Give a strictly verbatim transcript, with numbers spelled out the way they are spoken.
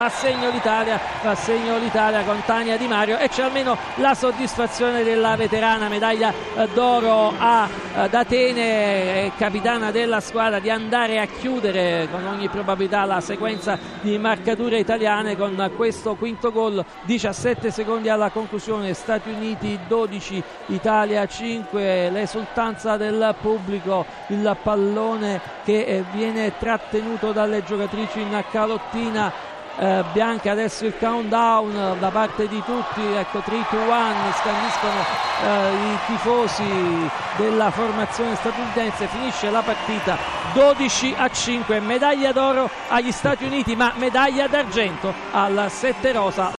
Fa segno l'Italia, fa segno l'Italia con Tania Di Mario e c'è almeno la soddisfazione della veterana, medaglia d'oro ad Atene, capitana della squadra, di andare a chiudere con ogni probabilità la sequenza di marcature italiane con questo quinto gol. Diciassette secondi alla conclusione, Stati Uniti dodici, Italia cinque, l'esultanza del pubblico, il pallone che viene trattenuto dalle giocatrici in calottina Eh, bianca. Adesso il countdown da parte di tutti, ecco, tre due uno, scandiscono eh, i tifosi della formazione statunitense. Finisce la partita dodici a cinque, medaglia d'oro agli Stati Uniti, ma medaglia d'argento al sette rosa.